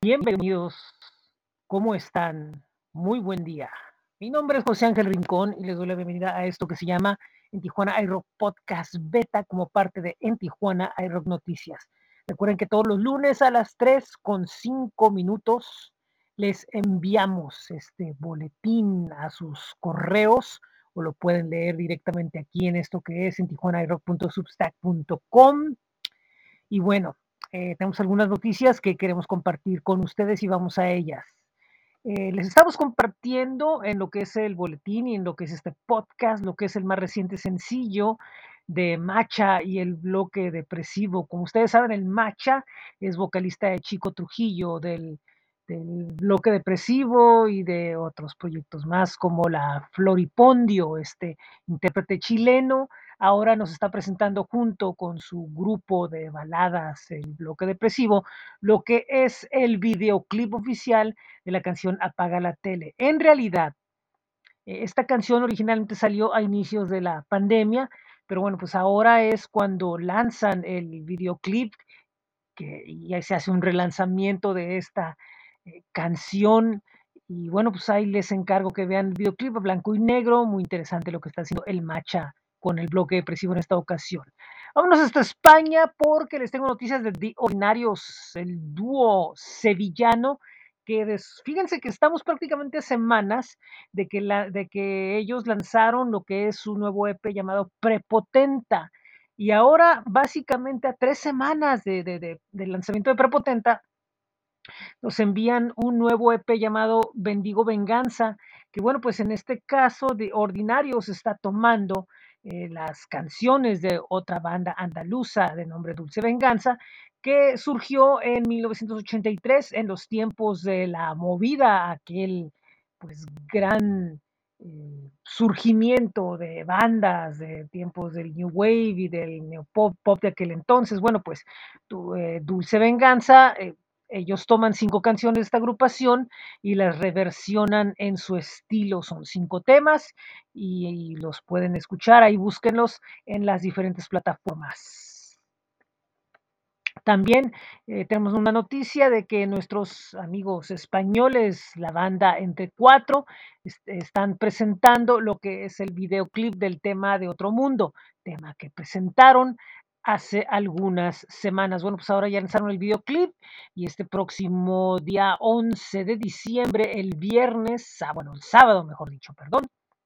Bienvenidos, ¿cómo están? Muy buen día. Mi nombre es José Ángel Rincón y les doy la bienvenida a esto que se llama En Tijuana iRock Podcast Beta como parte de En Tijuana iRock Noticias. Recuerden que todos los lunes a las 3:05 les enviamos este boletín a sus correos o lo pueden leer directamente aquí en esto que es en tijuanairock.substack.com. Y bueno, tenemos algunas noticias que queremos compartir con ustedes y vamos a ellas. Les estamos compartiendo en lo que es el boletín y en lo que es este podcast, lo que es el más reciente sencillo de Macha y el bloque depresivo. Como ustedes saben, el Macha es vocalista de Chico Trujillo, del bloque depresivo y de otros proyectos más como la Floripondio, este intérprete chileno. Ahora nos está presentando junto con su grupo de baladas, el bloque depresivo, lo que es el videoclip oficial de la canción Apaga la tele. En realidad, esta canción originalmente salió a inicios de la pandemia, pero bueno, pues ahora es cuando lanzan el videoclip que y ahí se hace un relanzamiento de esta canción. Y bueno, pues ahí les encargo que vean el videoclip a blanco y negro, muy interesante lo que está haciendo el Macha con el bloque depresivo en esta ocasión. Vámonos hasta España porque les tengo noticias de The Ordinarios, el dúo sevillano, fíjense que estamos prácticamente a semanas de que ellos lanzaron lo que es su nuevo EP llamado Prepotenta. Y ahora, básicamente a 3 semanas del lanzamiento de Prepotenta, nos envían un nuevo EP llamado Bendigo Venganza, que bueno, pues en este caso de Ordinarios está tomando las canciones de otra banda andaluza de nombre Dulce Venganza, que surgió en 1983 en los tiempos de la movida, aquel pues gran surgimiento de bandas de tiempos del New Wave y del Neopop pop de aquel entonces. Bueno, pues Dulce Venganza ellos toman 5 canciones de esta agrupación y las reversionan en su estilo. Son 5 temas y los pueden escuchar, ahí búsquenlos en las diferentes plataformas. También tenemos una noticia de que nuestros amigos españoles, la banda Entre Cuatro, están presentando lo que es el videoclip del tema de Otro Mundo, tema que presentaron hace algunas semanas. Bueno, pues ahora ya lanzaron el videoclip y este próximo día 11 de diciembre, el viernes, bueno, el sábado, mejor dicho, perdón,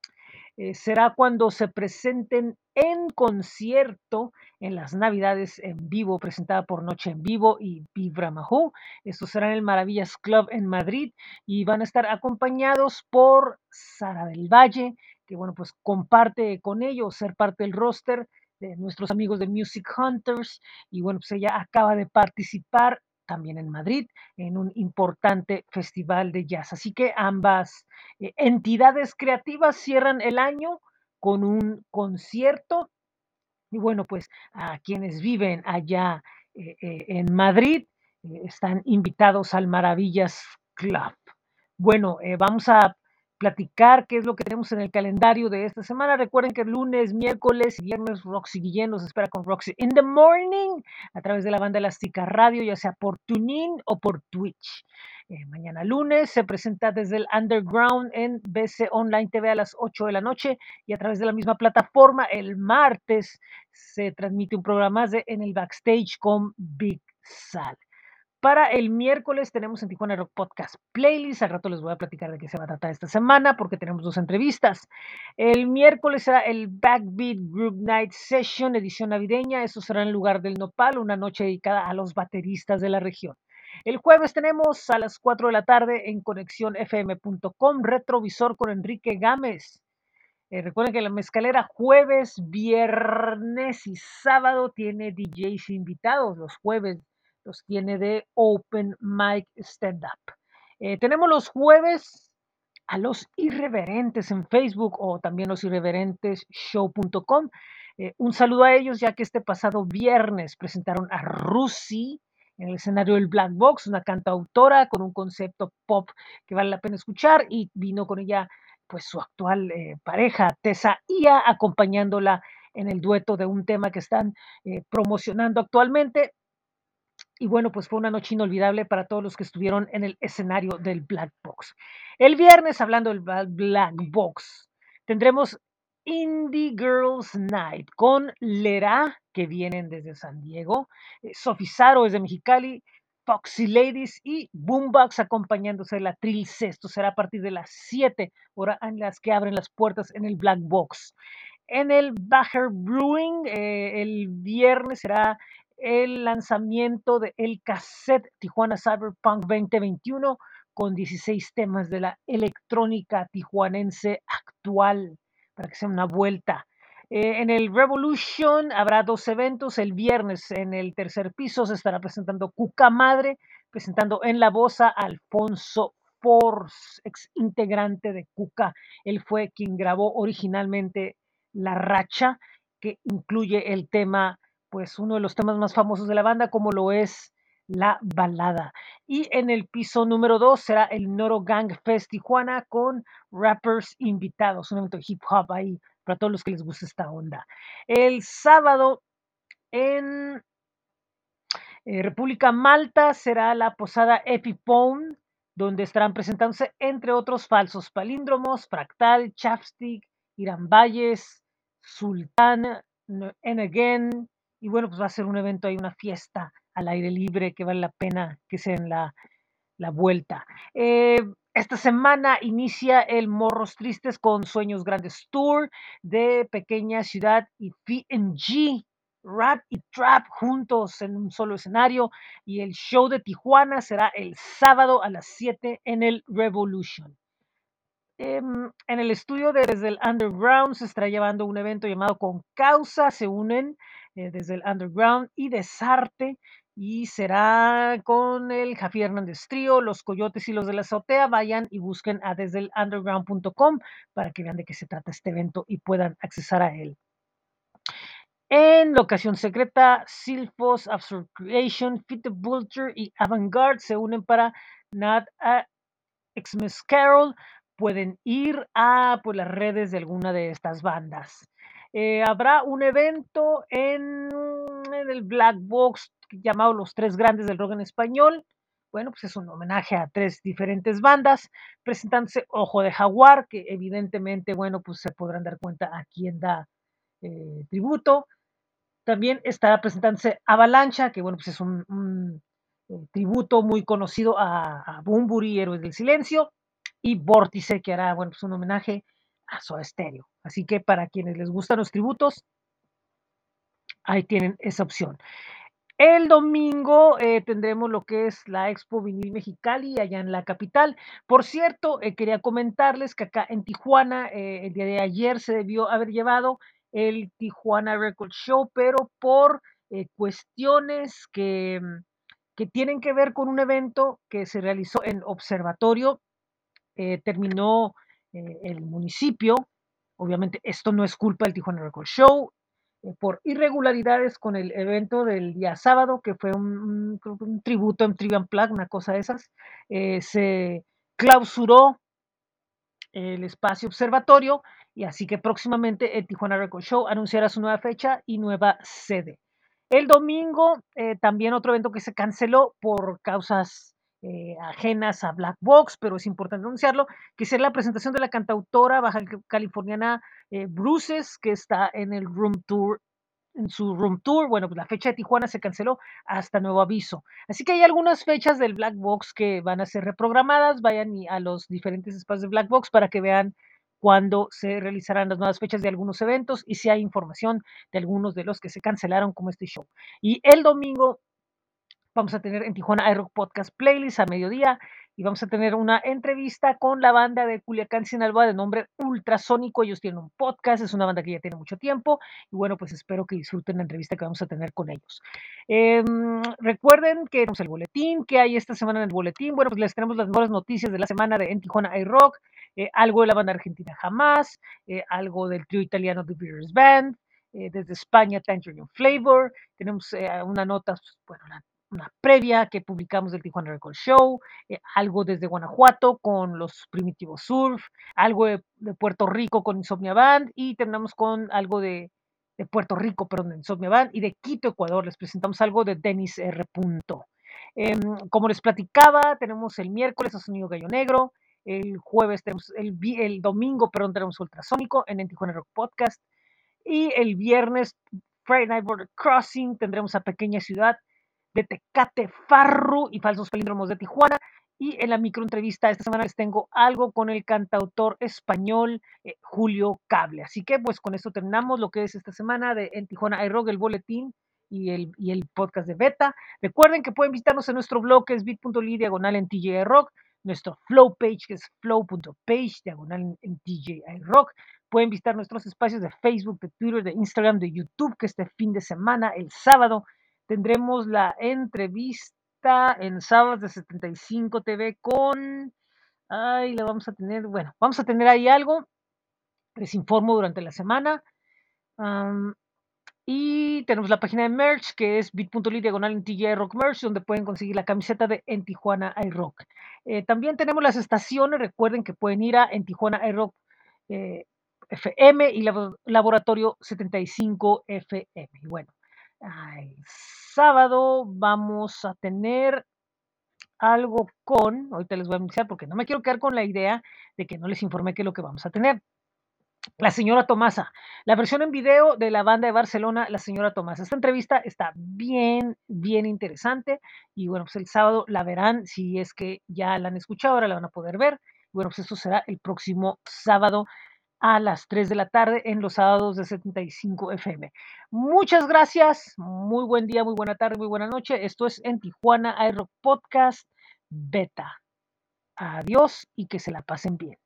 será cuando se presenten en concierto en las Navidades en vivo, presentada por Noche en Vivo y Vibra Majú. Esto será en el Maravillas Club en Madrid y van a estar acompañados por Sara del Valle, que bueno, pues comparte con ellos ser parte del roster de nuestros amigos de Music Hunters y bueno, pues ella acaba de participar también en Madrid en un importante festival de jazz. Así que ambas entidades creativas cierran el año con un concierto y bueno, pues a quienes viven allá en Madrid están invitados al Maravillas Club. Bueno, vamos a platicar qué es lo que tenemos en el calendario de esta semana. Recuerden que lunes, miércoles y viernes Roxy Guillén nos espera con Roxy in the Morning a través de la banda Elástica Radio, ya sea por TuneIn o por Twitch. Mañana lunes se presenta desde el Underground en BC Online TV a las 8 de la noche y a través de la misma plataforma. El martes se transmite un programa más de En el Backstage con Big Sal. Para el miércoles tenemos en Tijuana Rock Podcast Playlist. Al rato les voy a platicar de qué se va a tratar esta semana porque tenemos 2 entrevistas. El miércoles será el Backbeat Group Night Session, edición navideña. Eso será en el lugar del Nopal, una noche dedicada a los bateristas de la región. El jueves tenemos a las 4 de la tarde en conexionfm.com Retrovisor con Enrique Gámez. Recuerden que la mezcalera jueves, viernes y sábado tiene DJs invitados. Los jueves los tiene de Open Mic Stand Up. Tenemos los jueves a los irreverentes en Facebook o también los irreverentesshow.com. Un saludo a ellos ya que este pasado viernes presentaron a Rusi en el escenario del Black Box, una cantautora con un concepto pop que vale la pena escuchar y vino con ella pues su actual pareja, Tessa Ia, acompañándola en el dueto de un tema que están promocionando actualmente. Y bueno, pues fue una noche inolvidable para todos los que estuvieron en el escenario del Black Box. El viernes, hablando del Black Box, tendremos Indie Girls Night con Lera, que vienen desde San Diego, Sophie Saro es de Mexicali, Foxy Ladies y Boombox acompañándose de la Trilce. Esto será a partir de las 7 horas en las que abren las puertas en el Black Box. En el Bajer Brewing, el viernes será el lanzamiento de el cassette Tijuana Cyberpunk 2021 con 16 temas de la electrónica tijuanense actual, para que sea una vuelta. En el Revolution habrá dos eventos. El viernes en el tercer piso se estará presentando Cuca Madre, presentando en la voz a Alfonso Force, ex integrante de Cuca. Él fue quien grabó originalmente La Racha, que incluye el tema, pues uno de los temas más famosos de la banda, como lo es La Balada. Y en el piso número 2 será el Noro Gang Fest Tijuana con rappers invitados, un evento de hip hop ahí para todos los que les gusta esta onda. El sábado en República Malta será la posada Epiphone, donde estarán presentándose, entre otros, falsos palíndromos, Fractal, Chapstick, Irán Valles, Sultán, N Again, y bueno, pues va a ser un evento ahí, una fiesta al aire libre que vale la pena que sea en la vuelta. Esta semana inicia el Morros Tristes con Sueños Grandes Tour de Pequeña Ciudad y PNG, rap y trap juntos en un solo escenario. Y el show de Tijuana será el sábado a las 7 en el Revolution. En el estudio de Desde el Underground se estará llevando un evento llamado Con Causa, se unen desde el Underground y Desarte, y será con el Javier Hernández Trío, los Coyotes y los de la Azotea. Vayan y busquen a desdeelunderground.com para que vean de qué se trata este evento y puedan accesar a él. En Locación Secreta, Silfos, Absurd Creation, Fit the Vulture y Avantgarde se unen para Not a Xmas Carol. Pueden ir a pues, las redes de alguna de estas bandas. Habrá un evento en el Black Box llamado Los Tres Grandes del Rock en Español. Bueno, pues es un homenaje a tres diferentes bandas, presentándose Ojo de Jaguar, que evidentemente, bueno, pues se podrán dar cuenta a quién da tributo. También estará presentándose Avalancha, que bueno, pues es un tributo muy conocido a Bunbury, Héroes del Silencio, y Vórtice, que hará, bueno, pues un homenaje a Soda Stereo. Así que para quienes les gustan los tributos, ahí tienen esa opción. El domingo tendremos lo que es la Expo Vinil Mexicali allá en la capital. Por cierto, quería comentarles que acá en Tijuana el día de ayer se debió haber llevado el Tijuana Record Show, pero por cuestiones que tienen que ver con un evento que se realizó en Observatorio, terminó el municipio. Obviamente esto no es culpa del Tijuana Record Show, por irregularidades con el evento del día sábado, que fue creo que un tributo en Trivian Plug, una cosa de esas. Se clausuró el espacio observatorio, y así que próximamente el Tijuana Record Show anunciará su nueva fecha y nueva sede. El domingo también otro evento que se canceló por causas ajenas a Black Box, pero es importante anunciarlo, que será la presentación de la cantautora baja californiana Bruces, que está en su room tour. Bueno, pues la fecha de Tijuana se canceló hasta nuevo aviso. Así que hay algunas fechas del Black Box que van a ser reprogramadas. Vayan a los diferentes espacios de Black Box para que vean cuándo se realizarán las nuevas fechas de algunos eventos y si hay información de algunos de los que se cancelaron, como este show. Y el domingo vamos a tener en Tijuana iRock Podcast Playlist a mediodía, y vamos a tener una entrevista con la banda de Culiacán, Sinaloa, de nombre Ultrasónico. Ellos tienen un podcast, es una banda que ya tiene mucho tiempo, y bueno, pues espero que disfruten la entrevista que vamos a tener con ellos. Recuerden que tenemos el boletín, que hay esta semana en el boletín. Bueno, pues les tenemos las mejores noticias de la semana en Tijuana iRock, algo de la banda argentina Jamás, algo del trío italiano The Beatles Band, desde España Tangerine Flavor. Tenemos una nota, bueno, una previa que publicamos del Tijuana Record Show, algo desde Guanajuato con los Primitivos Surf, algo de Puerto Rico con Insomnia Band, y terminamos con algo de de Puerto Rico, perdón, en Sound Me Van, y de Quito, Ecuador, les presentamos algo de Dennis R. Como les platicaba, tenemos el miércoles a Sonido Gallo Negro, el jueves tenemos, el domingo, perdón, tenemos Ultrasónico en Tijuana Rock Podcast, y el viernes, Friday Night Border Crossing, tendremos a Pequeña Ciudad de Tecate, Farru y Falsos Palíndromos de Tijuana. Y en la microentrevista esta semana les tengo algo con el cantautor español Julio Cable. Así que pues con esto terminamos lo que es esta semana de En Tijuana iRock, el boletín y el podcast de Beta. Recuerden que pueden visitarnos en nuestro blog que es bit.ly diagonal en TJ Rock, nuestro flow page que es flow.page diagonal en TJ Rock. Pueden visitar nuestros espacios de Facebook, de Twitter, de Instagram, de YouTube, que este fin de semana, el sábado, tendremos la entrevista en Sábados de 75 TV con, ay, la vamos a tener, bueno, vamos a tener ahí algo, les informo durante la semana. Um, y tenemos la página de merch que es bit.ly diagonal en TJ Rock Merch, donde pueden conseguir la camiseta de En Tijuana iRock. También tenemos las estaciones, recuerden que pueden ir a En Tijuana iRock eh, FM y Laboratorio 75 FM. Y bueno, el sábado vamos a tener algo con, ahorita les voy a anunciar porque no me quiero quedar con la idea de que no les informé qué es lo que vamos a tener. La señora Tomasa, la versión en video de la banda de Barcelona, La señora Tomasa. Esta entrevista está bien, bien interesante y bueno, pues el sábado la verán, si es que ya la han escuchado, ahora la van a poder ver. Bueno, pues esto será el próximo sábado a las 3 de la tarde en los sábados de 75 FM. Muchas gracias, muy buen día, muy buena tarde, muy buena noche. Esto es En Tijuana iRock Podcast Beta. Adiós y que se la pasen bien.